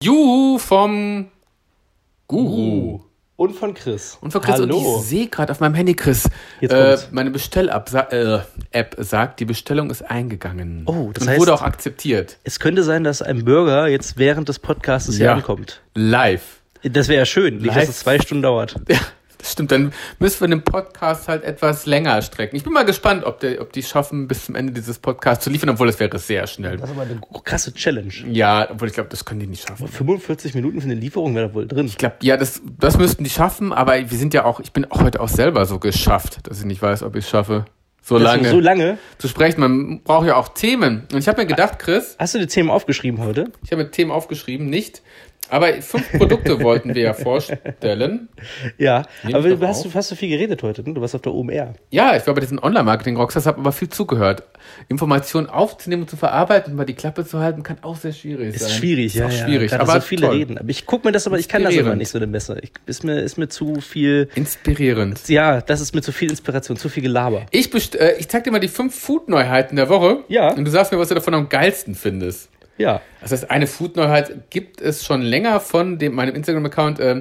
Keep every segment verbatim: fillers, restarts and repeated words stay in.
Juhu vom Guru. Und von Chris. Und von Chris. Hallo. Und ich sehe gerade auf meinem Handy, Chris, Jetzt äh, kommt's. meine Bestell-App sa- äh, App sagt, die Bestellung ist eingegangen. Oh, das und heißt- wurde auch akzeptiert. Es könnte sein, dass ein Burger jetzt während des Podcasts hier Ja. ankommt. Live. Das wäre ja schön, nicht, dass Live. es zwei Stunden dauert. Ja, das stimmt. Dann müssen wir den Podcast halt etwas länger strecken. Ich bin mal gespannt, ob, der, ob die schaffen, bis zum Ende dieses Podcasts zu liefern, obwohl das wäre sehr schnell. Das ist aber eine krasse Challenge. Ja, obwohl ich glaube, das können die nicht schaffen. fünfundvierzig Minuten für eine Lieferung wäre da wohl drin. Ich glaube, ja, das, das müssten die schaffen, aber wir sind ja auch, ich bin auch heute auch selber so geschafft, dass ich nicht weiß, ob ich es schaffe, so Das lange So lange? zu sprechen. Man braucht ja auch Themen. Und ich habe mir gedacht, Chris, Hast du die Themen aufgeschrieben heute? ich habe mir Themen aufgeschrieben, nicht, aber fünf Produkte wollten wir ja vorstellen. Ja, Nehm aber ich du doch hast, auf. du hast so viel geredet heute, ne? Du warst auf der O M R. Ja, ich war bei diesen Online-Marketing-Rockstars, habe aber viel zugehört. Informationen aufzunehmen und zu verarbeiten und mal die Klappe zu halten, kann auch sehr schwierig sein. Ist schwierig, ist ja, auch ja. schwierig, Gerade aber so viele toll. reden. Aber ich guck mir das, aber ich kann das immer Inspirierend. nicht so eine Messer. Ich, ist, mir, ist mir zu viel, Inspirierend. ja, das ist mir zu viel Inspiration, zu viel Gelaber. Ich, best äh, ich zeig dir mal die fünf Food-Neuheiten der Woche. Ja. Und du sagst mir, was du davon am geilsten findest. Ja. Das heißt, eine Food-Neuheit gibt es schon länger von dem, meinem Instagram-Account. Ähm,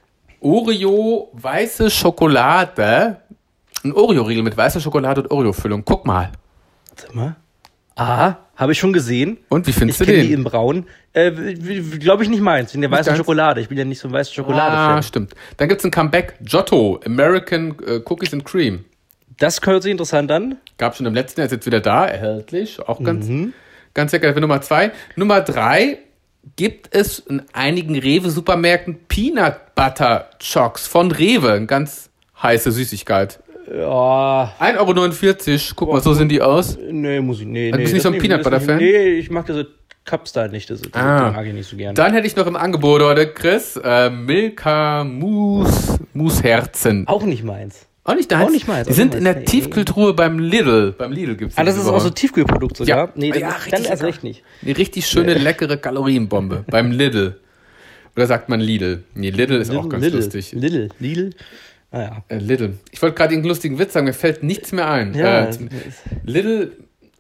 Oreo weiße Schokolade. Ein Oreo-Riegel mit weißer Schokolade und Oreo-Füllung. Guck mal. Sag mal. Aha, habe ich schon gesehen. Und wie Ich findest du kenne die den? in Braun. Äh, Glaube ich nicht meins, in der weißen deins? Schokolade. Ich bin ja nicht so ein weißer Ah, Schokolade-Fan. stimmt. Dann gibt es ein Comeback. Giotto, American äh, Cookies and Cream. Das hört sich interessant an. Gab schon im letzten Jahr, ist jetzt wieder da, erhältlich. Auch ganz, Mhm. ganz lecker für Nummer zwei. Nummer drei gibt es in einigen Rewe-Supermärkten Peanut Butter Chocks von Rewe. Eine ganz heiße Süßigkeit. Ja, ein Euro neunundvierzig. Guck mal, so sehen die aus. nee, muss ich, nee, Du nee. bist nicht das so ein nehm- Peanut das Butter nehm- Fan? Nee, ich mag diese Cups da nicht, das, das Ah. die mag ich nicht so gerne. Dann hätte ich noch im Angebot heute, Chris, äh, Milka Mousse, Mousse-Herzen. Auch nicht meins. Auch nicht deins? Auch nicht meins, Die auch sind nicht in der meins. Tiefkühltruhe beim Lidl. Beim Lidl gibt's Ah, das diese ist auch Woche. so Tiefkühlprodukt sogar? Ja. Nee, das Ja, ist, richtig dann erst lecker. recht nicht. Eine richtig schöne, leckere Kalorienbombe beim Lidl. Oder sagt man Lidl? Nee, Lidl ist auch ganz Lidl, lustig. Lidl, Lidl. Ah ja. Äh, Lidl. Ich wollte gerade einen lustigen Witz sagen, mir fällt nichts mehr ein. Ja, Äh, Lidl,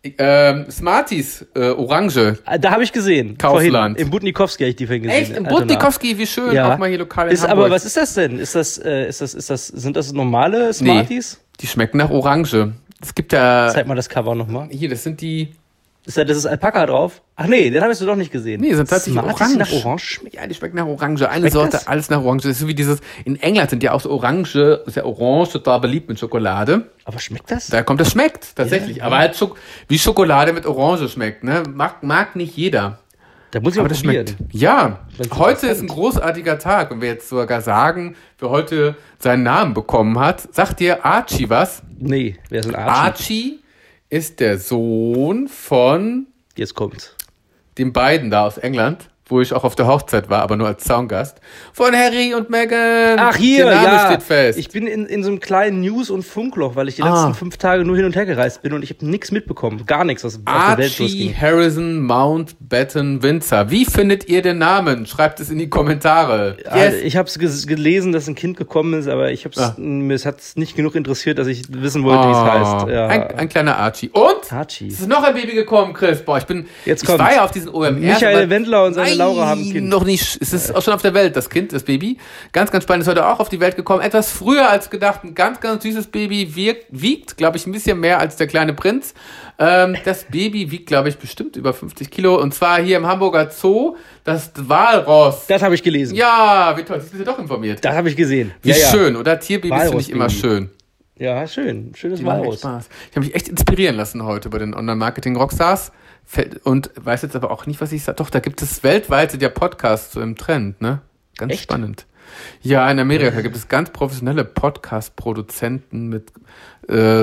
äh, Smarties, äh, Orange. Ah, da habe ich gesehen. Kaufland. Vorhin, im Budnikowski habe ich die vorhin gesehen. Echt? Im Altona. Budnikowski, wie schön. Ja. Auch mal hier lokal in Ist, Hamburg. aber was ist das denn? Ist das, äh, ist das, ist das, sind das normale Smarties? Die schmecken nach Orange. Es gibt ja... Zeig mal das Cover nochmal. Hier, das sind die... Ist da, das ist Alpaka drauf? Ach nee, den habe ich doch nicht gesehen. Nee, sind tatsächlich Smarties orange. nach Orange? Ja, die schmecken nach Orange. Eine Schmeckt Sorte, das? alles nach Orange. Das ist so wie dieses... In England sind ja auch so Orange, ist ja Orange total beliebt mit Schokolade. Aber schmeckt das? Da kommt, das schmeckt tatsächlich. Ja. Aber halt Schok wie Schokolade mit Orange schmeckt. Ne? Mag, mag nicht jeder. Da muss ich Aber mal das probieren. schmeckt. Ja, Das ist heute interessant. ist ein großartiger Tag. Und wir jetzt sogar sagen, wer heute seinen Namen bekommen hat, sagt dir Archie was? Nee, wer ist ein Archie? Archie ist der Sohn von Jetzt kommt's. den beiden da aus England, wo ich auch auf der Hochzeit war, aber nur als Zaungast, von Harry und Meghan. Ach hier, der Name ja. steht fest. Ich bin in, in so einem kleinen News- und Funkloch, weil ich die Ah. letzten fünf Tage nur hin und her gereist bin und ich habe nichts mitbekommen. Gar nichts, was auf der Welt Archie losging. Harrison Mountbatten Windsor. Wie findet ihr den Namen? Schreibt es in die Kommentare. Ja, ich habe es gelesen, dass ein Kind gekommen ist, aber ich hab's, Ah. mir hat es nicht genug interessiert, dass ich wissen wollte, wie es heißt. Ja. ein, ein kleiner Archie. Und Archie. es ist noch ein Baby gekommen, Chris. Boah, ich bin. Jetzt ich kommt's. war ja auf diesen O M R. Michael aber- Wendler und seine Nein, Laura haben ein Kind. Noch nicht. Es ist auch schon auf der Welt, das Kind, das Baby. Ganz, ganz spannend. Ist heute auch auf die Welt gekommen. Etwas früher als gedacht. Ein ganz, ganz süßes Baby. Wirkt, wiegt, glaube ich, ein bisschen mehr als der kleine Prinz. Ähm, das Baby wiegt, glaube ich, bestimmt über fünfzig Kilo. Und zwar hier im Hamburger Zoo. Das Walross. Das habe ich gelesen. Ja, wie toll. Jetzt bist du doch informiert. Das habe ich gesehen. Wie ja, ja. schön, oder? Tierbabys finde ich immer Walrossbaby. schön. Ja, schön. Schönes Die machen echt Walross. Spaß. Ich habe mich echt inspirieren lassen heute bei den Online-Marketing-Rockstars. Fällt- Und weiß jetzt aber auch nicht, was ich sage. Doch, da gibt es weltweit sind ja Podcasts so im Trend, ne? Ganz Echt? spannend. Ja, in Amerika gibt es ganz professionelle Podcast-Produzenten mit äh,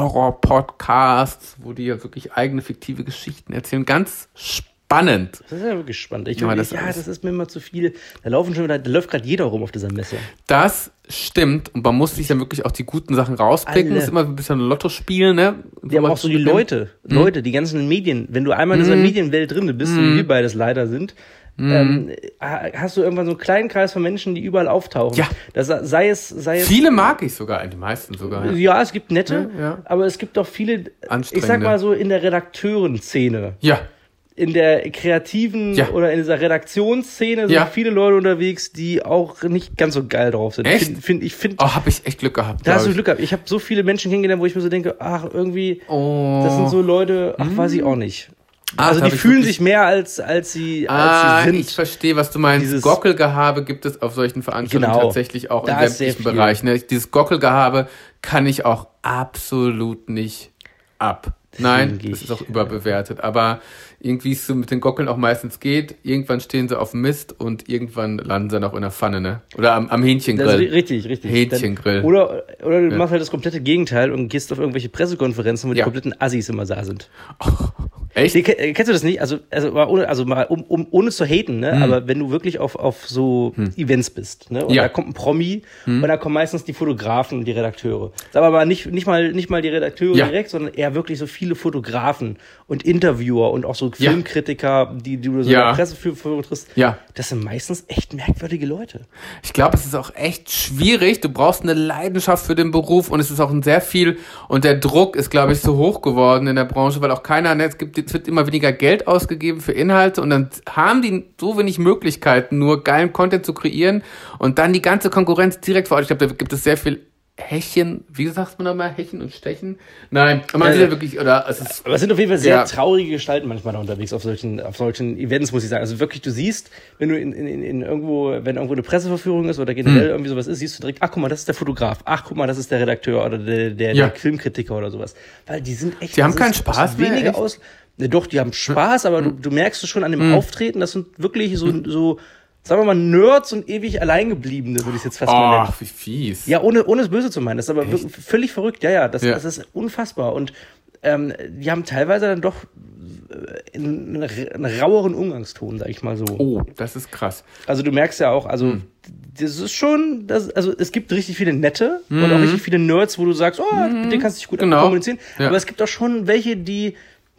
Horror-Podcasts, wo die ja wirklich eigene fiktive Geschichten erzählen. Ganz spannend. Das ist ja wirklich spannend. Ich, Ja, ja, das das, ja, ist- das ist mir immer zu viel. Da laufen schon wieder, da läuft gerade jeder rum auf dieser Messe. Das stimmt. Und man muss sich dann wirklich auch die guten Sachen rauspicken. Alle. Das ist immer ein bisschen Lotto spielen, ne? Die haben auch so die Leute, Leute, die ganzen Medien. Wenn du einmal in dieser Medienwelt drin bist, so wie wir beides leider sind, ähm, hast du irgendwann so einen kleinen Kreis von Menschen, die überall auftauchen. Ja. Das sei es, sei es. Viele mag ich sogar, die meisten sogar. Ja. Ja, es gibt nette, Ja, ja. aber es gibt auch viele, ich sag Anstrengende. mal so in der Redakteurenszene. Ja, in der kreativen ja. oder in dieser Redaktionsszene sind ja. viele Leute unterwegs, die auch nicht ganz so geil drauf sind. Echt? Find, find, ich find, oh, hab ich echt Glück gehabt. Da hast du Glück gehabt. Ich habe so viele Menschen kennengelernt, wo ich mir so denke, ach, irgendwie, oh. das sind so Leute, ach, weiß ich auch nicht. Ah, also die fühlen wirklich... sich mehr, als, als, sie, ah, als sie sind. Ich verstehe, was du meinst. Dieses Gockelgehabe gibt es auf solchen Veranstaltungen genau. tatsächlich auch da in sämtlichen Bereichen. Ne? Dieses Gockelgehabe kann ich auch absolut nicht ab. Nein, das ist auch überbewertet. Aber irgendwie ist es so mit den Gockeln auch meistens geht. Irgendwann stehen sie auf dem Mist und irgendwann landen sie noch in der Pfanne, ne? Oder am, am Hähnchengrill. Das ist richtig, richtig. Hähnchengrill. Dann, oder, oder du ja. machst halt das komplette Gegenteil und gehst auf irgendwelche Pressekonferenzen, wo ja. die kompletten Assis immer da sind. Oh, echt? Die, kennst du das nicht? Also, also, mal ohne, also mal, um, um, ohne zu haten, ne? Hm. Aber wenn du wirklich auf, auf so hm. Events bist, ne? Und ja. da kommt ein Promi hm. und da kommen meistens die Fotografen und die Redakteure. Sag aber nicht, nicht mal, nicht mal die Redakteure ja. direkt, sondern eher wirklich so viele Fotografen und Interviewer und auch so Filmkritiker, ja. die, die du so ja. in der Presseführung triffst. Ja. Das sind meistens echt merkwürdige Leute. Ich glaube, es ist auch echt schwierig. Du brauchst eine Leidenschaft für den Beruf und es ist auch ein sehr viel, und der Druck ist, glaube ich, so hoch geworden in der Branche, weil auch keiner, ne, es gibt, es wird immer weniger Geld ausgegeben für Inhalte und dann haben die so wenig Möglichkeiten, nur geilen Content zu kreieren und dann die ganze Konkurrenz direkt vor Ort. Ich glaube, da gibt es sehr viel Hechchen, wie sagt man nochmal, Hechen und Stechen? Nein, man ja, ja wirklich, oder es ist, aber es sind auf jeden Fall sehr ja. traurige Gestalten manchmal da unterwegs auf solchen, auf solchen Events, muss ich sagen. Also wirklich, du siehst, wenn du in, in, in irgendwo, wenn irgendwo eine Presseverführung ist oder generell hm. irgendwie sowas ist, siehst du direkt, ach guck mal, das ist der Fotograf, ach guck mal, das ist der Redakteur oder der, der, ja. der Filmkritiker oder sowas. Weil die sind echt, die haben keinen Spaß mehr, wenige aus. Ja, doch, die haben Spaß, aber hm. du, du merkst es schon an dem hm. Auftreten, das sind wirklich so, hm. so, sagen wir mal, Nerds und ewig Alleingebliebene, würde ich es jetzt fast mal nennen. Ach, wie fies. Ja, ohne, ohne es böse zu meinen. Das ist aber wirklich völlig verrückt. Ja, ja, das, ja. das ist unfassbar. Und ähm, die haben teilweise dann doch einen, einen raueren Umgangston, sag ich mal so. Oh, das ist krass. Also du merkst ja auch, also hm. das ist schon, das, also es gibt richtig viele Nette mhm. und auch richtig viele Nerds, wo du sagst, oh, mhm. mit denen kannst du dich gut genau. kommunizieren. Ja. Aber es gibt auch schon welche, die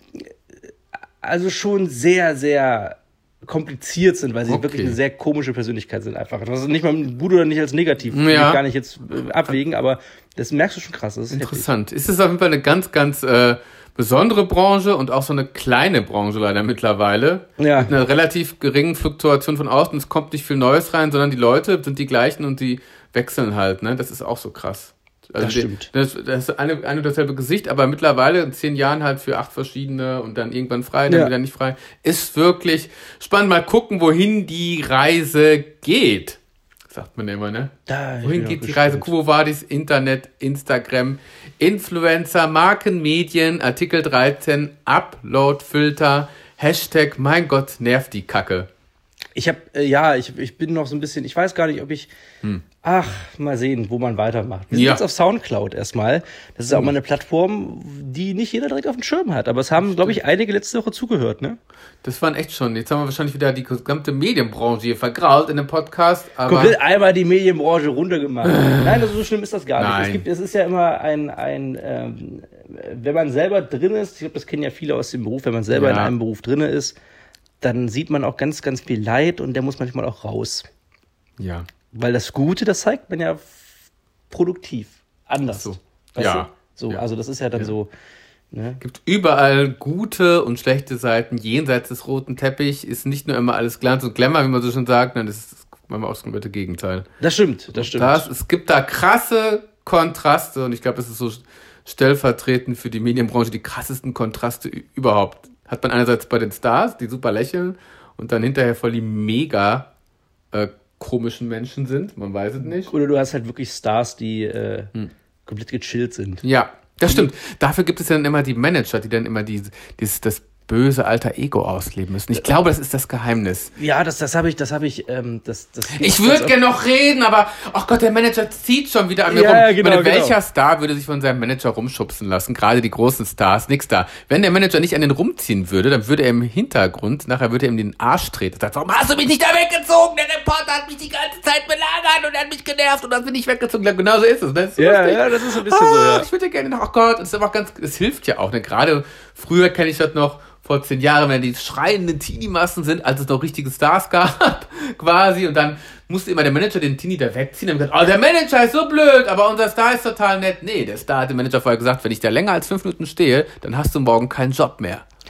also schon sehr, sehr kompliziert sind, weil sie okay. wirklich eine sehr komische Persönlichkeit sind einfach. Das ist nicht mal ein Budo oder nicht als negativ, will ja. ich gar nicht jetzt äh, abwägen, aber das merkst du schon krass. Das ist interessant. heftig. Ist es auf jeden Fall eine ganz, ganz äh, besondere Branche und auch so eine kleine Branche leider mittlerweile. Ja. Mit einer relativ geringen Fluktuation von außen. Es kommt nicht viel Neues rein, sondern die Leute sind die gleichen und die wechseln halt. Ne? Das ist auch so krass. Also das stimmt. Die, das, das ist eine, eine und dasselbe Gesicht, aber mittlerweile in zehn Jahren halt für acht verschiedene und dann irgendwann frei, dann ja. wieder nicht frei. Ist wirklich spannend. Mal gucken, wohin die Reise geht. Sagt man immer, ne? Da wohin geht die Reise? Quo Vadis, Internet, Instagram, Influencer, Markenmedien, Artikel dreizehn, Upload-Filter, Hashtag, mein Gott, nervt die Kacke. Ich habe, äh, ja, ich, ich bin noch so ein bisschen, ich weiß gar nicht, ob ich, hm. ach, mal sehen, wo man weitermacht. Wir sind ja. jetzt auf Soundcloud erstmal. Das ist auch mal eine Plattform, die nicht jeder direkt auf dem Schirm hat. Aber es haben, glaube ich, einige letzte Woche zugehört, ne? Das waren echt schon. Jetzt haben wir wahrscheinlich wieder die gesamte Medienbranche hier vergrault in dem Podcast. Aber komplett einmal die Medienbranche runtergemacht. Nein, also so schlimm ist das gar Nein. nicht. Es gibt, es ist ja immer ein, ein ähm, wenn man selber drin ist, ich glaube, das kennen ja viele aus dem Beruf, wenn man selber ja. in einem Beruf drin ist, dann sieht man auch ganz, ganz viel Leid und der muss manchmal auch raus. Ja. Weil das Gute, das zeigt man ja f- produktiv. Anders. So. Weißt Ja. du? So, ja. also das ist ja dann ja. so. Ne? Gibt überall gute und schlechte Seiten. Jenseits des roten Teppichs ist nicht nur immer alles Glanz und Glamour, wie man so schon sagt, nein, das ist manchmal auch das komplette Gegenteil. Das stimmt, das stimmt. Das, es gibt da krasse Kontraste und ich glaube, das ist so stellvertretend für die Medienbranche die krassesten Kontraste überhaupt. Hat man einerseits bei den Stars, die super lächeln und dann hinterher voll die mega äh, komischen Menschen sind, man weiß es nicht. Oder du hast halt wirklich Stars, die äh, hm. komplett gechillt sind. Ja, das stimmt. Dafür gibt es ja dann immer die Manager, die dann immer die, dieses, das böse alter Ego ausleben müssen. Ich glaube, das ist das Geheimnis. Ja, das, das habe ich, das habe ich, ähm, das, das. Ich würde gerne noch reden, aber, ach Gott, der Manager zieht schon wieder an mir ja, rum. Ja, genau, meine, genau. Welcher Star würde sich von seinem Manager rumschubsen lassen? Gerade die großen Stars, nix da. Wenn der Manager nicht an den rumziehen würde, dann würde er im Hintergrund, nachher würde er ihm den Arsch treten. Er sagt, warum hast du mich nicht da weggezogen? Der Reporter hat mich die ganze Zeit belagert und er hat mich genervt und dann bin ich weggezogen. Genau so ist es. Das ist ja, lustig. ja, das ist ein bisschen ah, so, ja. Ich würde gerne noch, ach Gott, das ist aber auch ganz, das hilft ja auch, ne? Gerade früher kenne ich das noch, vor zehn Jahren, wenn die schreienden Teenie-Massen sind, als es noch richtige Stars gab, quasi, und dann musste immer der Manager den Teenie da wegziehen und gesagt, oh, der Manager ist so blöd, aber unser Star ist total nett. Nee, der Star hat dem Manager vorher gesagt, wenn ich da länger als fünf Minuten stehe, dann hast du morgen keinen Job mehr.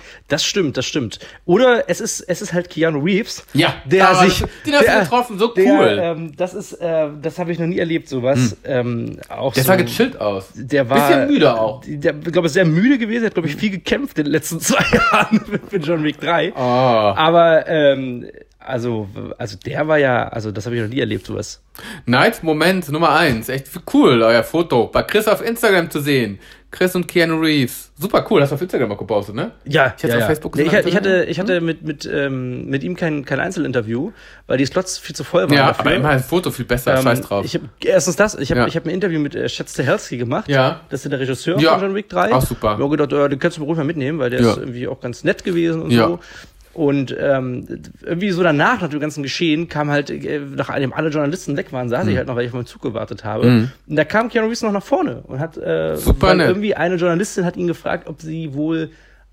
Das stimmt, das stimmt. Oder es ist, es ist halt Keanu Reeves. Ja, der aber sich, den hast der, du getroffen, so der, cool. Ähm, das ist, äh, das habe ich noch nie erlebt, sowas. Hm. Ähm, auch der so, sah gechillt aus. Der war, bisschen müde auch. Der, glaube ich, sehr müde gewesen. Er hat, glaube ich, viel gekämpft in den letzten zwei Jahren für John Wick drei. Oh. Aber, ähm, also, also der war ja, also das habe ich noch nie erlebt, sowas. Night Moment Nummer eins. Echt cool, euer Foto. Bei Chris auf Instagram zu sehen. Chris und Keanu Reeves. Super cool. Hast du auf Instagram auch gepostet, ne? Ja, ich hatte ja, auf ja. Facebook nee, ich, gesehen, ich hatte, ich hatte mit, mit, ähm, mit ihm kein, kein Einzelinterview, weil die Slots viel zu voll waren. Ja, dafür. aber immer ein Foto viel besser. Ähm, Scheiß drauf. Ich hab, erstens das. Ich habe ja. ich hab ein Interview mit äh, Schatz Stahelski gemacht. Ja. Das ist der Regisseur ja. von John Wick drei. Auch super. Ich habe gedacht, äh, den kannst du mir ruhig mal mitnehmen, weil der ja. ist irgendwie auch ganz nett gewesen und ja. so. Und ähm, irgendwie so danach, nach dem ganzen Geschehen, kam halt, äh, nachdem alle Journalisten weg waren, saß mhm. ich halt noch, weil ich auf meinen Zug gewartet habe. Mhm. Und da kam Keanu Reeves noch nach vorne und hat, äh, Super weil nett. irgendwie eine Journalistin hat ihn gefragt, ob sie wohl,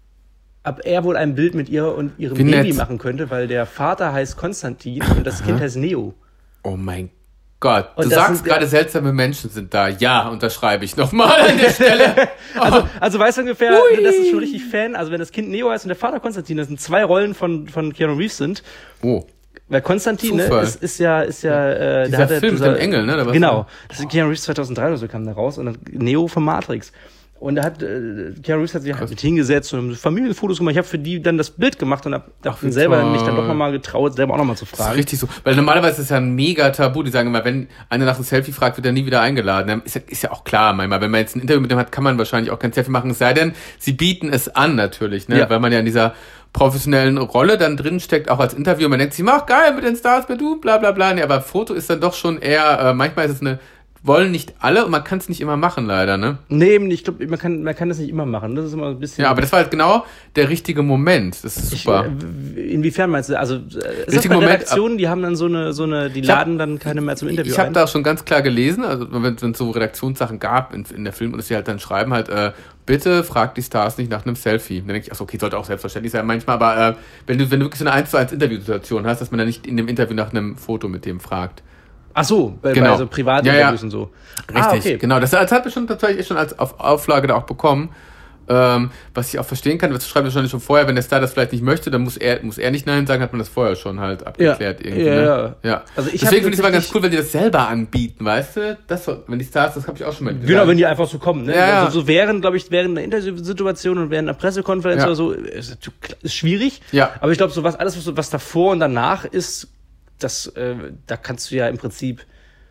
ob er wohl ein Bild mit ihr und ihrem Wie Baby nett. machen könnte, weil der Vater heißt Konstantin und das Aha. Kind heißt Neo. Oh mein Gott, und du sagst gerade, seltsame Menschen sind da. Ja, unterschreibe ich nochmal an der Stelle. Oh. also, also weißt du ungefähr, Ui. das ist schon richtig Fan. Also wenn das Kind Neo heißt und der Vater Konstantin, das sind zwei Rollen von, von Keanu Reeves sind. Oh. Weil Konstantin ne, ist, ist ja, ist ja, äh, dieser der Film dieser, mit dem Engel, ne? Genau. Das ist Keanu Reeves zweitausenddrei oder so kam da raus und dann Neo von Matrix. Und da hat äh, Keanu Reeves hat sich halt mit hingesetzt und Familienfotos gemacht. Ich habe für die dann das Bild gemacht und habe selber toll. mich dann doch nochmal getraut, selber auch nochmal zu fragen. Das ist richtig so. Weil normalerweise ist es ja ein mega Tabu. Die sagen immer, wenn einer nach einem Selfie fragt, wird er nie wieder eingeladen. Ist ja, ist ja auch klar manchmal. Wenn man jetzt ein Interview mit dem hat, kann man wahrscheinlich auch kein Selfie machen. Es sei denn, sie bieten es an natürlich, ne? Ja. Weil man ja in dieser professionellen Rolle dann drin steckt, auch als Interview. Man denkt sich, mach geil mit den Stars, mit du, bla bla bla. Nee, aber Foto ist dann doch schon eher, äh, manchmal ist es eine wollen nicht alle und man kann es nicht immer machen, leider, ne? Nee, ich glaube, man kann, man kann das nicht immer machen. Das ist immer ein bisschen. Ja, aber das war halt genau der richtige Moment. Das ist super. Ich, inwiefern meinst du? Also, ist das bei Redaktionen, die haben dann so eine, so eine, die laden hab, dann keine mehr zum Interview Ich habe ein? da schon ganz klar gelesen, also wenn es so Redaktionssachen gab in, in der Film und es sie halt dann schreiben halt, äh, bitte fragt die Stars nicht nach einem Selfie. Dann denke ich, achso, okay, sollte auch selbstverständlich sein manchmal, aber äh, wenn du, wenn du wirklich so eine eins zu eins Interviewsituation hast, dass man dann nicht in dem Interview nach einem Foto mit dem fragt. Ach so, bei, genau. bei so Privatinterviews ja, ja. und so. Richtig, ah, okay. Genau. Das, das hat wir schon tatsächlich schon als auf Auflage da auch bekommen. Ähm, was ich auch verstehen kann, das schreibt wahrscheinlich schon vorher, wenn der Star das vielleicht nicht möchte, dann muss er muss er nicht Nein sagen, hat man das vorher schon halt abgeklärt ja. irgendwie. Ja, ne? ja. ja. Also ich Deswegen finde ich es immer ganz cool, wenn die das selber anbieten, weißt du? Das, wenn die Stars, das habe ich auch schon mal gesagt. Genau, wenn die einfach so kommen. Ne? Ja, ja. Also so während, glaube ich, während einer Interviewsituation und während einer Pressekonferenz ja. oder so, ist, ist schwierig. Ja. Aber ich glaube, so was alles, was, was davor und danach ist, das, äh, da kannst du ja im Prinzip,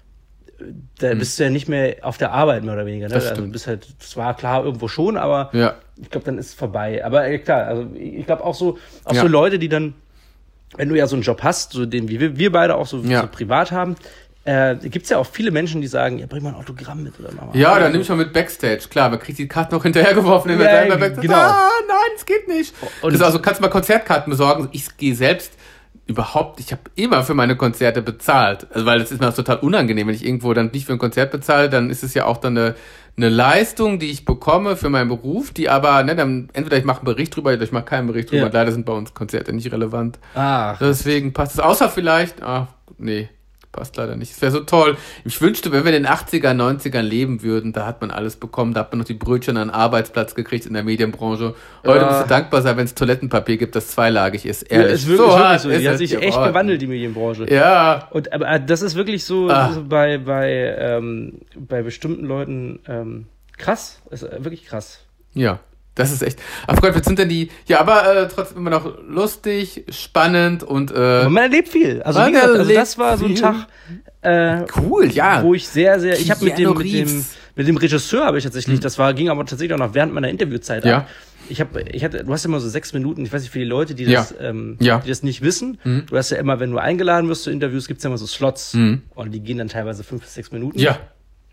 da bist du ja nicht mehr auf der Arbeit mehr oder weniger. Ne? Das also stimmt. du bist halt, das war klar irgendwo schon, aber ja. ich glaube, dann ist es vorbei. Aber äh, klar, also ich glaube auch so, auch ja. so Leute, die dann, wenn du ja so einen Job hast, so den wie wir, wir beide auch so, ja. so privat haben, äh, gibt es ja auch viele Menschen, die sagen, ja, bring mal ein Autogramm mit oder mal. Ja, dann nimm ich mal mit Backstage. Klar, man kriegt die Karten noch hinterhergeworfen, wenn ja, man Backstage. Genau. Ah, nein, das geht nicht. Und das also kannst du mal Konzertkarten besorgen. Ich gehe selbst überhaupt, ich habe immer für meine Konzerte bezahlt. Also, weil das ist mir auch total unangenehm, wenn ich irgendwo dann nicht für ein Konzert bezahle, dann ist es ja auch dann eine, eine Leistung, die ich bekomme für meinen Beruf, die aber, ne, dann entweder ich mache einen Bericht drüber oder ich mache keinen Bericht drüber. Ja. Leider sind bei uns Konzerte nicht relevant. Ach. Deswegen passt es. Außer vielleicht, ah, nee. Passt leider nicht. Es wäre so toll. Ich wünschte, wenn wir in den achtzigern, neunzigern leben würden, da hat man alles bekommen. Da hat man noch die Brötchen an einen Arbeitsplatz gekriegt in der Medienbranche. Heute ja. musst du dankbar sein, wenn es Toilettenpapier gibt, das zweilagig ist. Ehrlich. Ja, ist wirklich so, wirklich so. ist Die hat sich echt geworden. gewandelt, die Medienbranche. Ja. Und aber das ist wirklich so, ah. so bei, bei, ähm, bei bestimmten Leuten ähm, krass. Ist wirklich krass. Ja. Das ist echt. Ach Gott, was sind denn die? Ja, aber äh, trotzdem immer noch lustig, spannend und. Äh, aber man erlebt viel. Also, wie gesagt, also das war so ein Tag. Äh, cool, ja. Wo ich sehr, sehr. Ich habe mit dem, mit dem, mit dem Regisseur habe ich tatsächlich. Mhm. Das war ging aber tatsächlich auch noch während meiner Interviewzeit ja. ab. Ich habe, ich hatte, du hast ja immer so sechs Minuten. Ich weiß nicht, für die Leute, die das, ja. ähm, ja. die das nicht wissen. Mhm. Du hast ja immer, wenn du eingeladen wirst zu Interviews, gibt's ja immer so Slots mhm. und die gehen dann teilweise fünf bis sechs Minuten. Ja.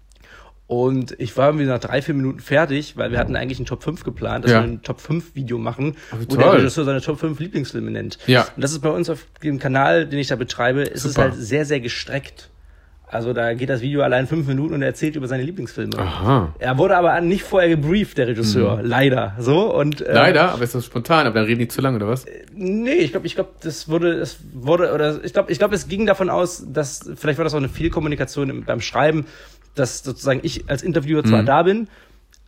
Und ich war irgendwie nach drei, vier Minuten fertig, weil wir hatten eigentlich einen Top fünf geplant, dass ja. wir ein Top fünf Video machen, oh, wo der Regisseur seine Top fünf Lieblingsfilme nennt. Ja. Und das ist bei uns auf dem Kanal, den ich da betreibe, ist Super. es halt sehr, sehr gestreckt. Also da geht das Video allein fünf Minuten und er erzählt über seine Lieblingsfilme. Aha. Er wurde aber nicht vorher gebrieft, der Regisseur. Mhm. Leider. So, und, äh, Leider? Aber ist das spontan? Aber dann reden die zu lange, oder was? Nee, ich glaube, ich glaube, das wurde, es wurde, oder ich glaube, ich glaube, es ging davon aus, dass, vielleicht war das auch eine Fehlkommunikation beim Schreiben, dass sozusagen ich als Interviewer zwar mhm. da bin,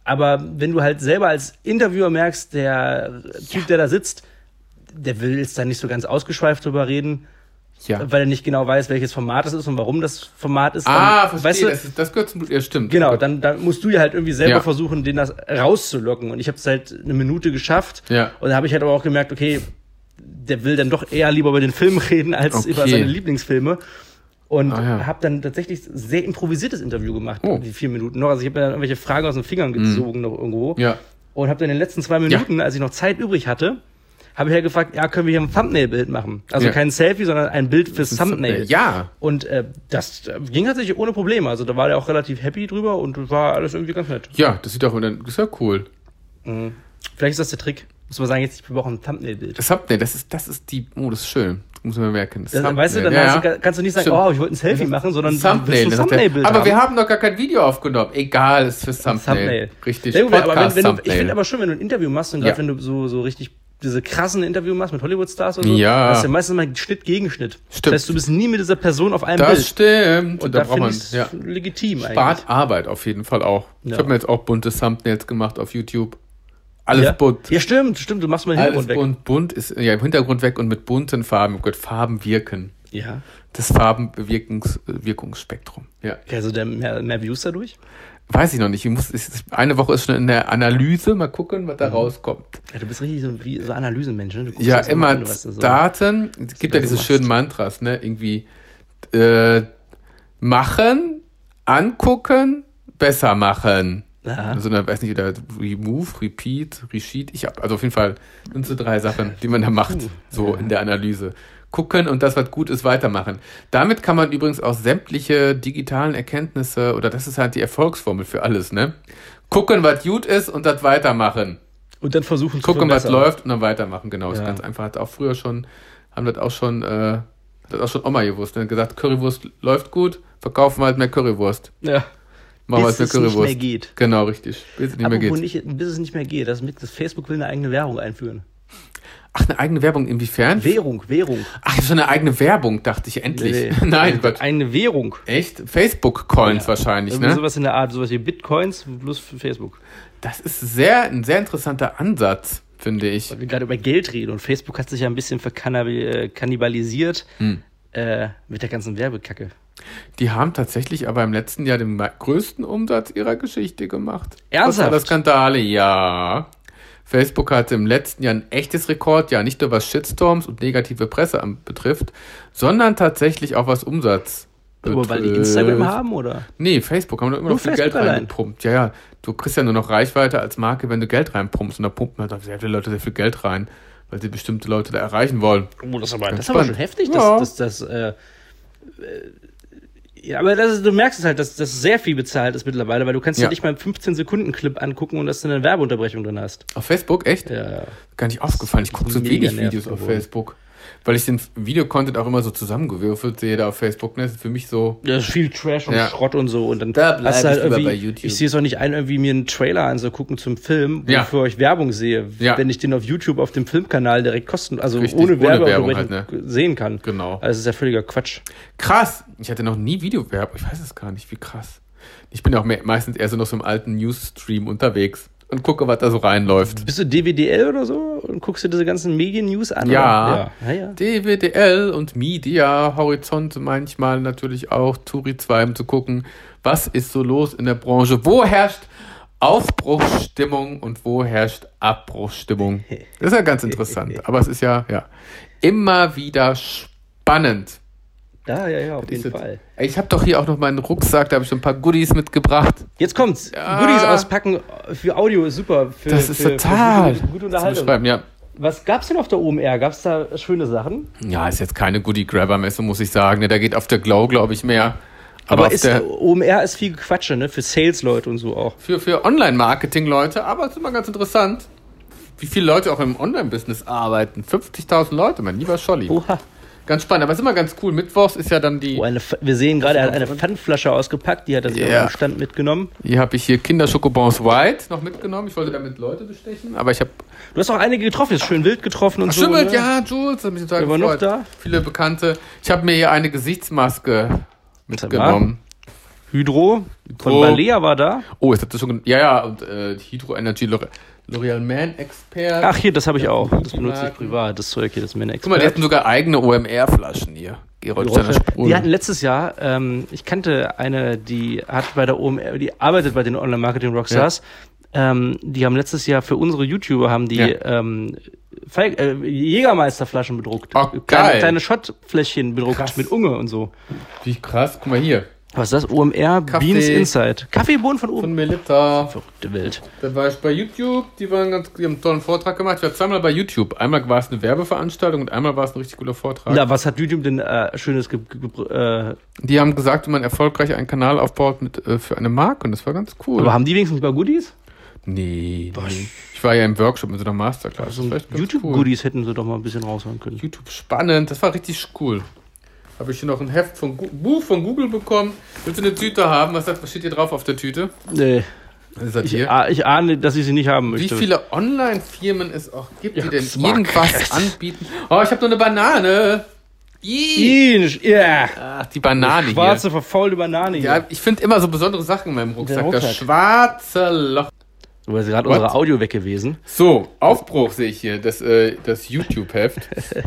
Aber wenn du halt selber als Interviewer merkst, der Typ, ja. der da sitzt, der will jetzt da nicht so ganz ausgeschweift drüber reden, ja. weil er nicht genau weiß, welches Format es ist und warum das Format ist. Ah, dann, verstehe, weißt du, das, ist, das gehört zum Blut, ja stimmt. Genau, dann, dann musst du ja halt irgendwie selber ja. versuchen, den das rauszulocken. Und ich habe es halt eine Minute geschafft. Ja. Und da habe ich halt aber auch gemerkt, okay, der will dann doch eher lieber über den Film reden, als okay. über seine Lieblingsfilme. Und ah, ja. habe dann tatsächlich sehr improvisiertes Interview gemacht, oh. die vier Minuten noch. Also ich habe mir dann irgendwelche Fragen aus den Fingern gezogen mm. noch irgendwo. Ja. Und habe dann in den letzten zwei Minuten, ja. als ich noch Zeit übrig hatte, habe ich ja gefragt, ja, können wir hier ein Thumbnail-Bild machen? Also ja. kein Selfie, sondern ein Bild fürs Thumbnail. Ja. Und äh, das ging tatsächlich ohne Probleme. Also da war der auch relativ happy drüber und war alles irgendwie ganz nett. Ja, das sieht auch, das ist ja cool. Mhm. Vielleicht ist das der Trick. Muss man sagen, jetzt, wir brauchen ein Thumbnail-Bild. Das Thumbnail, das ist, das ist die, oh, das ist schön. Das muss man merken. Das das, weißt du, dann ja, du, kannst du nicht sagen, stimmt. oh, ich wollte ein Selfie machen, sondern Thumbnail, du ein Thumbnail-Bild Aber haben. wir haben noch gar kein Video aufgenommen. Egal, es ist fürs Thumbnail. Thumbnail. Richtig. Sehr gut, aber wenn, wenn du, ich finde aber schon, wenn du ein Interview machst und gerade ja. wenn du so, so richtig diese krassen Interview machst mit Hollywood-Stars oder so, ja. das ist ja meistens mal Schnitt gegen Schnitt. Stimmt. Das heißt, du bist nie mit dieser Person auf einem das Bild. Das stimmt. Und da, da braucht man ja. legitim eigentlich. Spart Arbeit auf jeden Fall auch. Ja. Ich habe mir jetzt auch bunte Thumbnails gemacht auf YouTube. Alles ja. bunt. Ja, stimmt, stimmt. Du machst mal den Hintergrund Alles weg. Bunt, bunt ist, ja, im Hintergrund weg und mit bunten Farben. Oh Gott, Farben wirken. Ja. Das Farbenwirkungsspektrum. Ja. Also der mehr, mehr Views dadurch? Weiß ich noch nicht. Ich muss, eine Woche ist schon in der Analyse. Mal gucken, was da mhm. rauskommt. Ja, du bist richtig so, wie, so Analysemensch, ne? Du ja, immer an, so Daten. Es gibt ja diese so schönen Mantras, ne? Irgendwie äh, machen, angucken, besser machen. Ja. Also, da weiß nicht, oder remove, repeat, resheet. Ich habe also auf jeden Fall sind so drei Sachen, die man da macht, so in der Analyse. Gucken und das, was gut ist, weitermachen. Damit kann man übrigens auch sämtliche digitalen Erkenntnisse, oder das ist halt die Erfolgsformel für alles, ne? Gucken, was gut ist und das weitermachen. Und dann versuchen zu Gucken, was läuft und dann weitermachen, genau. Ja. Ist ganz einfach. Hat auch früher schon, haben das auch schon, äh, hat auch schon Oma gewusst. Ne? Gesagt, Currywurst läuft gut, verkaufen wir halt mehr Currywurst. Ja. Machen wir halt mehr Currywurst. Bis es nicht mehr geht. Genau, richtig. Bis es nicht Apropos mehr geht. Nicht, bis es nicht mehr geht. Das, das Facebook will eine eigene Werbung einführen. Ach, eine eigene Werbung, inwiefern? Währung, Währung. Ach, so eine eigene Werbung, dachte ich, endlich. Nee, nee. Nein, eine, eine Währung. Echt? Facebook-Coins ja. wahrscheinlich, irgendwie ne? Sowas in der Art, sowas wie Bitcoins, bloß für Facebook. Das ist sehr, ein sehr interessanter Ansatz, finde ich. Weil wir gerade über Geld reden und Facebook hat sich ja ein bisschen verkannibalisiert hm. äh, mit der ganzen Werbekacke. Die haben tatsächlich aber im letzten Jahr den größten Umsatz ihrer Geschichte gemacht. Ernsthaft? Das Skandale, ja. Facebook hatte im letzten Jahr ein echtes Rekordjahr, nicht nur was Shitstorms und negative Presse betrifft, sondern tatsächlich auch was Umsatz betrifft. Aber weil die Instagram haben, oder? Nee, Facebook haben doch immer nur noch viel Facebook Geld reingepumpt. Ja, ja, du kriegst ja nur noch Reichweite als Marke, wenn du Geld reinpumpst und da pumpen halt sehr viele Leute sehr viel Geld rein, weil sie bestimmte Leute da erreichen wollen. Oh, das ist aber, das ist aber schon heftig, ja. dass das... Äh, äh, Ja, aber das ist, du merkst es halt, dass das sehr viel bezahlt ist mittlerweile, weil du kannst ja, ja nicht mal einen fünfzehn Sekunden Clip angucken und dass du eine Werbeunterbrechung drin hast. Auf Facebook? Echt? Ja. Gar nicht aufgefallen. Ich gucke so wenig Videos auf Facebook. Weil ich den Videocontent auch immer so zusammengewürfelt sehe da auf Facebook. Ne? Das ist für mich so... Ja, das ist viel Trash und ja. Schrott und so. Und dann da bleib hast du halt ich irgendwie, bei YouTube. Ich sehe es auch nicht ein, irgendwie mir einen Trailer anzugucken zum Film, wofür ja. ich Werbung sehe. Ja. Wenn ich den auf YouTube auf dem Filmkanal direkt kosten, also Richtig, ohne Werbeunterbrechung halt, ne? sehen kann. Genau. Also das ist ja völliger Quatsch. Krass. Ich hatte noch nie Videowerbung. Ich weiß es gar nicht, wie krass. Ich bin auch mehr, meistens eher so noch so im alten Newsstream unterwegs und gucke, was da so reinläuft. Bist du D W D L oder so und guckst dir diese ganzen Medien-News an? Ja. Ja. Ja, ja. D W D L und Media, Horizont manchmal natürlich auch, Turi zwei, um zu gucken, was ist so los in der Branche, wo herrscht Aufbruchsstimmung und wo herrscht Abbruchsstimmung. Das ist ja ganz interessant, aber es ist ja, ja immer wieder spannend. Ja, ja, ja, auf jeden Fall. Ich habe doch hier auch noch meinen Rucksack, da habe ich schon ein paar Goodies mitgebracht. Jetzt kommt's. Ja. Goodies auspacken für Audio ist super. Für, das ist für, total. Für gute, gute Unterhaltung. Ja. Was gab's denn auf der O M R? Gab's da schöne Sachen? Ja, ist jetzt keine Goodie-Grabber-Messe, muss ich sagen. Da geht auf der Glow, glaube ich, mehr. Aber, aber ist, der, O M R ist viel Quatsche, ne? Für Sales-Leute und so auch. Für, für Online-Marketing-Leute, aber es ist immer ganz interessant, wie viele Leute auch im Online-Business arbeiten. fünfzigtausend Leute, mein lieber Scholli. Oha. Ganz spannend, aber es ist immer ganz cool. Mittwochs ist ja dann die... Oh, eine, wir sehen gerade, er hat eine Pfandflasche ausgepackt, die hat er sich yeah. am Stand mitgenommen. Hier habe ich hier Kinder-Schokobons White noch mitgenommen. Ich wollte damit Leute bestechen, aber ich habe... Du hast auch einige getroffen, ist schön wild getroffen und Ach, so. Stimmt, ne? ja, Jules, hat mich total gefreut. Noch da? Viele Bekannte. Ich habe mir hier eine Gesichtsmaske mitgenommen. Hydro von Hydro. Balea war da. Oh, ist das schon. Ja, ja, und äh, Hydro Energy L'Oreal L'Oreal Man Expert. Ach, hier, das habe ich Ja, auch. Das die benutze ich Marken. privat. Das Zeug hier, das Man Expert. Guck mal, die hatten sogar eigene O M R-Flaschen hier. Gerolsteiner Sprudel. Die hatten letztes Jahr, ähm, ich kannte eine, die hat bei der O M R, die arbeitet bei den Online-Marketing-Rockstars. Ja. Ähm, die haben letztes Jahr für unsere YouTuber haben die Ja. ähm, Fe- äh, Jägermeisterflaschen bedruckt. Oh, kleine, geil. kleine Schottfläschchen bedruckt Krass. mit Unge und so. Wie krass, guck mal hier. Was ist das? O M R Kaffee. Beans Insight. Kaffeebohnen von oben. Von Melitta. Verrückte Welt. Da war ich bei YouTube, die, waren ganz, die haben einen tollen Vortrag gemacht. Ich war zweimal bei YouTube. Einmal war es eine Werbeveranstaltung und einmal war es ein richtig cooler Vortrag. Na, was hat YouTube denn äh, Schönes ge ge äh, Die haben gesagt, wie man erfolgreich einen Kanal aufbaut mit, äh, für eine Marke und das war ganz cool. Aber haben die wenigstens mal Goodies? Nee, nee. Ich war ja im Workshop mit so einer Masterclass. Also Das war echt ganz YouTube-Goodies hätten sie doch mal ein bisschen raushauen können. YouTube spannend, das war richtig cool. Habe ich hier noch ein Heft von Gu- Buch von Google bekommen. Willst du eine Tüte haben? Was, hat, was steht hier drauf auf der Tüte? Nee. Was ist das Ich, hier? ah, ich ahne, dass ich sie nicht haben Wie möchte. viele Online-Firmen es auch gibt, Ja, die denn Smart. irgendwas anbieten. Oh, ich habe noch eine Banane. Ih. Ih, Ja. Ach, die Banane Schwarze, hier. verfaulte Banane. Ja, hier. ich finde immer so besondere Sachen in meinem Rucksack. Rucksack. Das schwarze Loch. Du bist gerade What? unsere Audio weg gewesen. So, Aufbruch sehe ich hier, das, äh, das YouTube-Heft.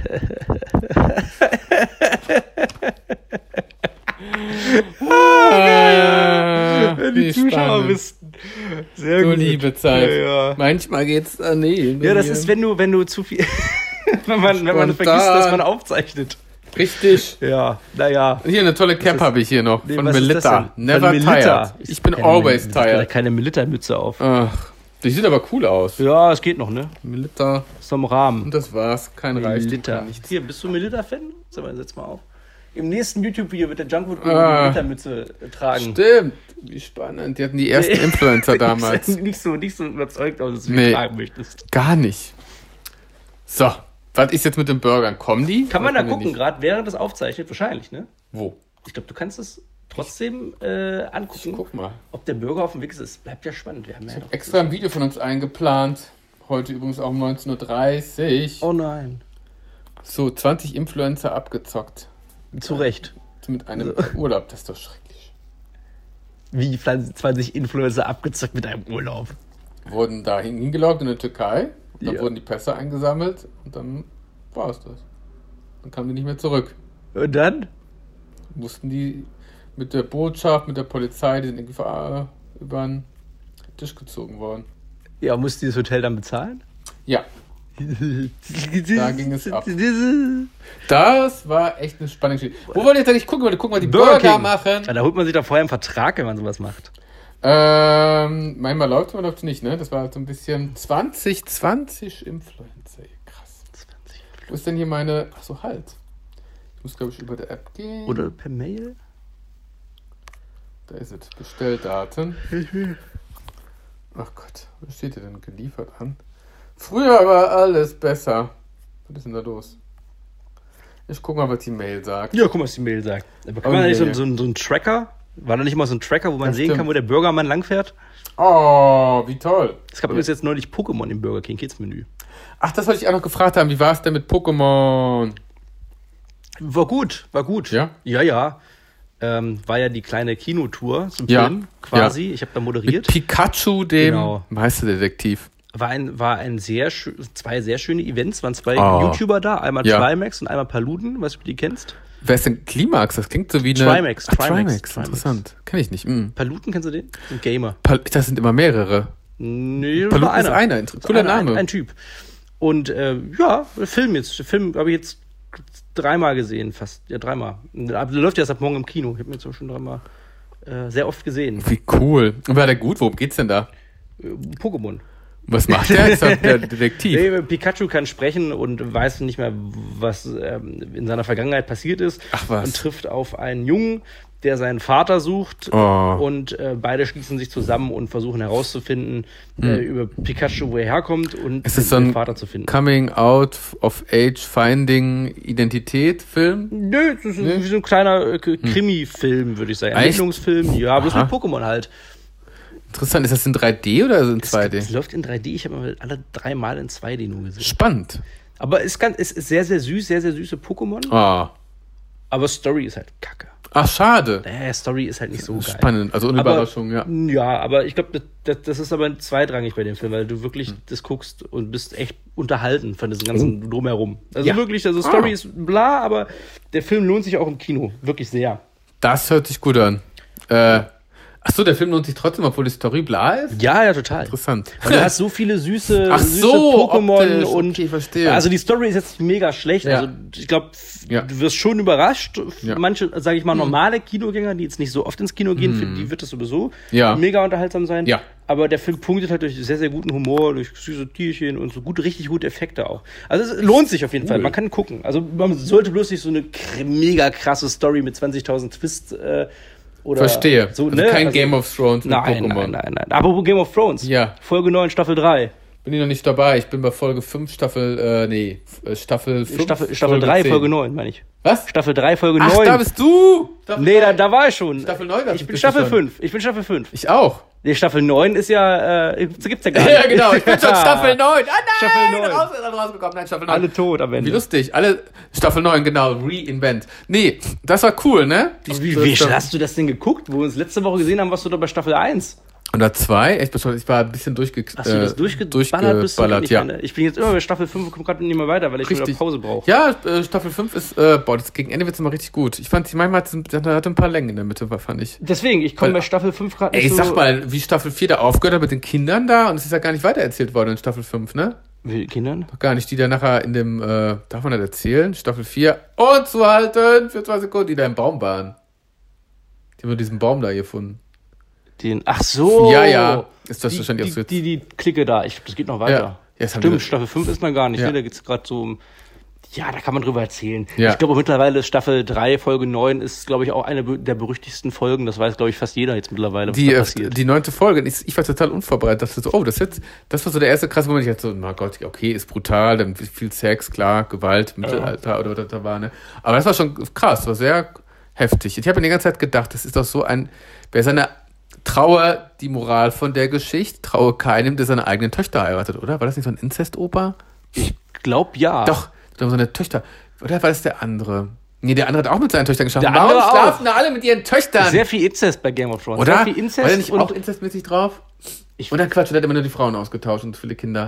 ah, Wenn die wie Zuschauer spannend. wüssten. Sehr Du gut. liebe Zeit. Ja, ja. Manchmal geht's daneben. Ja, das ist, wenn du, wenn du zu viel. wenn man, wenn man Spontan. vergisst, dass man aufzeichnet. Richtig. Ja, naja. Hier eine tolle Cap habe ich hier noch Nee, von was ist das Melitta. denn? Never Von Melitta. tired. Ich bin Keine- always ich hab tired. keine Melitta-Mütze auf. Ach, die sieht aber cool aus. Ja, es geht noch, ne? Melitta. Ist am Rahmen. Und das war's. Kein Reichtum. Melitta. kein nichts. Hier, bist du Melitta-Fan? Sag mal, setz mal auf. Im nächsten YouTube-Video wird der Junkfood Ah. die Melitta-Mütze tragen. Stimmt. Wie spannend. Die hatten die ersten Influencer damals. nicht, so, nicht so überzeugt, aus, dass du Nee. die tragen möchtest. Gar nicht. So, was ist jetzt mit den Burgern? Kommen die? Kann man Oder da kommen die gucken, nicht? gerade während das aufzeichnet? Wahrscheinlich, ne? Wo? Ich glaube, du kannst es trotzdem äh, angucken, Guck mal. ob der Burger auf dem Weg ist. Es bleibt ja spannend. Wir haben ja noch Extra ein Video von uns eingeplant. Heute übrigens auch um neunzehn Uhr dreißig. Oh nein. So, zwanzig Influencer abgezockt. Zu Recht. Mit einem Urlaub. Das ist doch schrecklich. Wie zwanzig Influencer abgezockt mit einem Urlaub? Wurden da hingeloggt in der Türkei. Und dann Ja. wurden die Pässe eingesammelt. Und dann war es das. Dann kamen die nicht mehr zurück. Und dann? Mussten die mit der Botschaft, mit der Polizei, die sind irgendwie ver- über den Tisch gezogen worden. Ja, musst du das Hotel dann bezahlen? Ja, da ging es ab. Das war echt eine spannende Geschichte. Wo wollt ihr jetzt eigentlich gucken? Gucken wir die Burger Burger King. machen. Ja, da holt man sich doch vorher einen Vertrag, wenn man sowas macht. Ähm, manchmal läuft es, manchmal läuft es nicht, ne? Das war halt so ein bisschen zwanzig, zwanzig Influencer. Krass. Wo ist denn hier meine... Achso, halt. Ich muss, glaube ich, über der App gehen. Oder per Mail? Da ist es. Bestelldaten. Ach Gott, was steht hier denn geliefert an? Früher war alles besser. Was ist denn da los? Ich gucke mal, was die Mail sagt. Ja, guck mal, was die Mail sagt. Aber kann Oh, man da nicht ja, so, ja. so, so einen Tracker? War da nicht immer so ein Tracker, wo man Das sehen stimmt. kann, wo der Burgermann langfährt? Oh, wie toll. Es gab übrigens jetzt neulich Pokémon im Burger King Kids Menü. Ach, das wollte ich auch noch gefragt haben. Wie war es denn mit Pokémon? War gut, war gut. Ja? Ja, ja. Ähm, war ja die kleine Kinotour zum Ja. Film, quasi. Ich habe da moderiert. Mit Pikachu, dem Genau. Meisterdetektiv. War ein, war ein sehr schö- zwei sehr schöne Events, waren zwei Oh. YouTuber da, einmal Ja. Trimax und einmal Paluden, weißt du, ob du die kennst? Wer ist denn Klimax? Das klingt so wie eine... Trimax, Ach, Trimax, Trimax. Trimax. Interessant. Kenn ich nicht. Mm. Paluden, kennst du den? Ein Gamer. Pal- Das sind immer mehrere. Nee, das Paluten war ist einer. Inter- Cooler Einer, Name. Ein, ein Typ. Und äh, ja, Film jetzt. Film habe ich jetzt dreimal gesehen, fast. Ja, dreimal. Der läuft ja erst ab morgen im Kino. Ich habe ihn jetzt auch schon dreimal äh, sehr oft gesehen. Wie cool. Und war der gut? Worum geht's denn da? Äh, Pokémon. Was macht der? Ist der der Detektiv? Nee, Pikachu kann sprechen und weiß nicht mehr, was ähm, in seiner Vergangenheit passiert ist. Ach was. Und trifft auf einen Jungen, der seinen Vater sucht. Oh. Und äh, beide schließen sich zusammen und versuchen herauszufinden äh, über Pikachu, wo er herkommt und Ist es so ein den Vater zu finden. Coming Out of Age Finding Identität Film? Nö, das ist wie so ein kleiner äh, K- Krimi-Film, würde ich sagen. Echt? Ermittlungsfilm, ja, bloß Aha. mit Pokémon halt. Interessant. Ist das in drei D oder in zwei D? Es läuft in drei D, ich habe mal alle drei Mal in zwei D nur gesehen. Spannend. Aber es, kann, es ist sehr, sehr süß, sehr, sehr süße Pokémon. Oh. Aber Story ist halt kacke. Ach, schade. Naja, Story ist halt nicht so geil. Spannend, also eine aber, Überraschung, ja. Ja, aber ich glaube, das, das ist aber zweitrangig bei dem Film, weil du wirklich hm. das guckst und bist echt unterhalten von diesem ganzen oh. Drumherum. Also ja. wirklich, also Story ah. ist bla, aber der Film lohnt sich auch im Kino. Wirklich sehr. Das hört sich gut an. Äh, Achso, der Film lohnt sich trotzdem, obwohl die Story bla ist? Ja, ja, total. Interessant. Weil du hast so viele süße, Ach süße so, Pokémon optisch. und okay, verstehe. Also die Story ist jetzt nicht mega schlecht. Ja. Also ich glaube, ja. du wirst schon überrascht. Ja. Manche, sage ich mal, normale Kinogänger, die jetzt nicht so oft ins Kino gehen, hm. für die wird das sowieso ja. mega unterhaltsam sein. Ja. Aber der Film punktet halt durch sehr, sehr guten Humor, durch süße Tierchen und so gut, richtig gute Effekte auch. Also es lohnt sich auf jeden cool. Fall. Man kann gucken. Also man sollte bloß nicht so eine mega krasse Story mit zwanzigtausend Twists äh, oder Verstehe. So, also ne? kein also, Game of Thrones mit nein, Pokémon. Nein, nein, nein. Apropos Game of Thrones. Ja. Folge neun, Staffel drei. Bin ich noch nicht dabei. Ich bin bei Folge fünf, Staffel, äh, nee, Staffel fünf. Staffel, Staffel Folge drei, zehn. Folge neun, meine ich. Was? Staffel drei, Folge Ach, neun. da bist du! Staffel nee, da, da war ich schon. Staffel neun, Ich bin Staffel fünf. Ich bin Staffel fünf. Ich auch. Nee, Staffel neun ist ja, äh, gibt's ja gar nicht. Ja, genau. Ich bin schon Staffel neun. Ah, nein! Staffel neun. Raus, rausgekommen. Nein, Staffel neun. Alle tot am Ende. Wie lustig. Alle, Staffel neun, genau. Reinvent. Nee, das war cool, ne? Wie, wie, wie hast du das denn geguckt? Wo wir uns letzte Woche gesehen haben, warst du doch bei Staffel eins. Oder zwei? Ich, ich war ein bisschen durchge Hast du das durchgeballert? Bist du nicht ja. Mehr, ich bin jetzt immer bei Staffel fünf und komme gerade nicht mehr weiter, weil ich richtig. wieder Pause brauche. Ja, äh, Staffel fünf ist, äh, boah, das gegen Ende wird es immer richtig gut. Ich fand, manchmal hat es ein paar Längen in der Mitte, fand ich. Deswegen, ich komme bei Staffel fünf gerade nicht ey, so... Ey, sag mal, wie Staffel vier da aufgehört hat mit den Kindern da und es ist ja gar nicht weitererzählt worden in Staffel fünf, ne? Wie Kindern? Doch gar nicht, die da nachher in dem, äh, darf man das erzählen? Staffel vier, und zu halten für zwei Sekunden, die da im Baum waren. Die haben diesen Baum da gefunden. Den, ach so. Ja, ja. Ist das die, wahrscheinlich die, auch so die, die Clique da. Ich, das geht noch weiter. Ja. Ja, Stimmt, Staffel fünf ist man gar nicht. Ja. Ne? Da geht's gerade so um. Ja, da kann man drüber erzählen. Ja. Ich glaube, mittlerweile ist Staffel drei, Folge neun ist, glaube ich, auch eine der berüchtigsten Folgen. Das weiß, glaube ich, fast jeder jetzt mittlerweile, was die, da passiert. Die neunte Folge, ich, ich war total unvorbereitet. Dachte so, oh, das jetzt, das war so der erste krasse Moment. Ich dachte so, mein Gott, okay, ist brutal, dann viel Sex, klar, Gewalt, Mittelalter ja. oder was da war. Ne? Aber das war schon krass, war sehr heftig. Ich habe mir die ganze Zeit gedacht, das ist doch so ein, wer seine Traue die Moral von der Geschichte, traue keinem, der seine eigenen Töchter heiratet, oder? War das nicht so ein Inzest-Opa? Ich glaube, ja. Doch, so eine Töchter. Oder war das der andere? Nee, der andere hat auch mit seinen Töchtern geschlafen. Der Warum andere schlafen da alle mit ihren Töchtern? Sehr viel Inzest bei Game of Thrones. Oder? Sehr viel Inzest. War der nicht und auch inzestmäßig drauf? Ich und dann Quatsch, der hat immer nur die Frauen ausgetauscht und viele Kinder.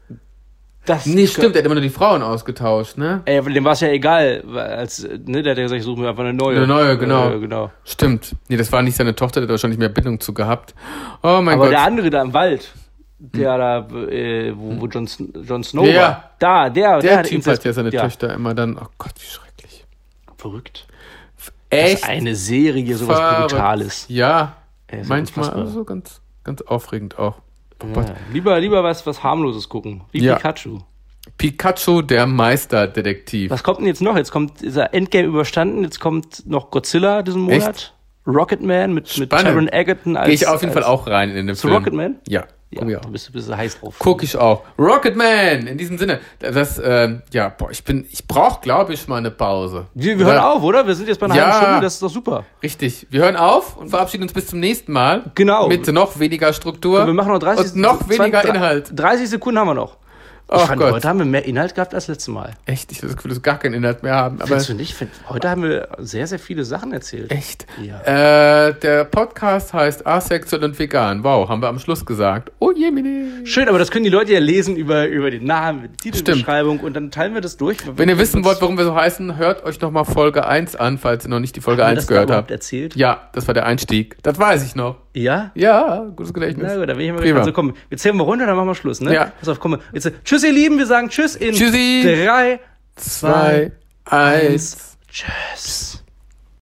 Das nee, stimmt, der hat immer nur die Frauen ausgetauscht, ne? Ey, dem war es ja egal, als, ne, der hat ja gesagt, ich suche mir einfach eine neue. Eine neue, genau. Äh, genau. Stimmt. Nee, das war nicht seine Tochter, der hat wahrscheinlich mehr Bindung zu gehabt. Oh mein Aber Gott. der andere da im Wald, der hm. da, äh, wo, wo Jon, Jon Snow ja. war, da, der, der, der hat Typ Inzest, hat ja seine ja. Töchter immer dann, oh Gott, wie schrecklich. Verrückt. Echt? Das ist eine Serie, sowas Verrückt. Brutales. Ja, Ey, manchmal unfassbar. also ganz, ganz aufregend auch. Ja. Lieber, lieber was, was harmloses gucken. Wie ja. Pikachu. Pikachu, der Meisterdetektiv. Was kommt denn jetzt noch? Jetzt kommt, ist er Endgame überstanden, jetzt kommt noch Godzilla diesen Monat. Echt? Rocketman mit, mit Taron Egerton als... Gehe ich auf jeden als, Fall auch rein in den zu Film. Rocketman? Ja. Ja, oh ja. da bist du bist du heiß drauf. Guck ich auch. Rocketman, in diesem Sinne. Das, ähm, ja, boah, ich bin, ich brauche, glaube ich, mal eine Pause. Wir, wir hören auf, oder? Wir sind jetzt bei einer ja, halben Stunde, das ist doch super. Richtig. Wir hören auf und verabschieden uns bis zum nächsten Mal. Genau. Mit noch weniger Struktur. Und wir machen noch dreißig und noch weniger zwanzig, Inhalt. dreißig Sekunden haben wir noch. Ich Oh fand, Gott. heute haben wir mehr Inhalt gehabt als letztes Mal. Echt? Ich habe das Gefühl, dass wir gar keinen Inhalt mehr haben. Aber Findest du nicht? Heute haben wir sehr, sehr viele Sachen erzählt. echt? Ja. Äh, der Podcast heißt Asexuell und Vegan. Wow, haben wir am Schluss gesagt. Oh je, mine. Schön, aber das können die Leute ja lesen über, über den Namen, die Titelbeschreibung und dann teilen wir das durch. Wenn ihr wissen wollt, warum wir so heißen, hört euch noch mal Folge eins an, falls ihr noch nicht die Folge haben eins wir das gehört da habt. Erzählt? Ja, das war der Einstieg. Das weiß ich noch. Ja? Ja, gutes Gedächtnis. Na gut, da bin ich mal Prima. gespannt. Also komm, jetzt zählen wir runter, dann machen wir Schluss, ne? Ja. Pass auf, komm. Jetzt, tschüss, ihr Lieben, wir sagen Tschüss in Tschüssi. drei, Zwei, eins. Tschüss.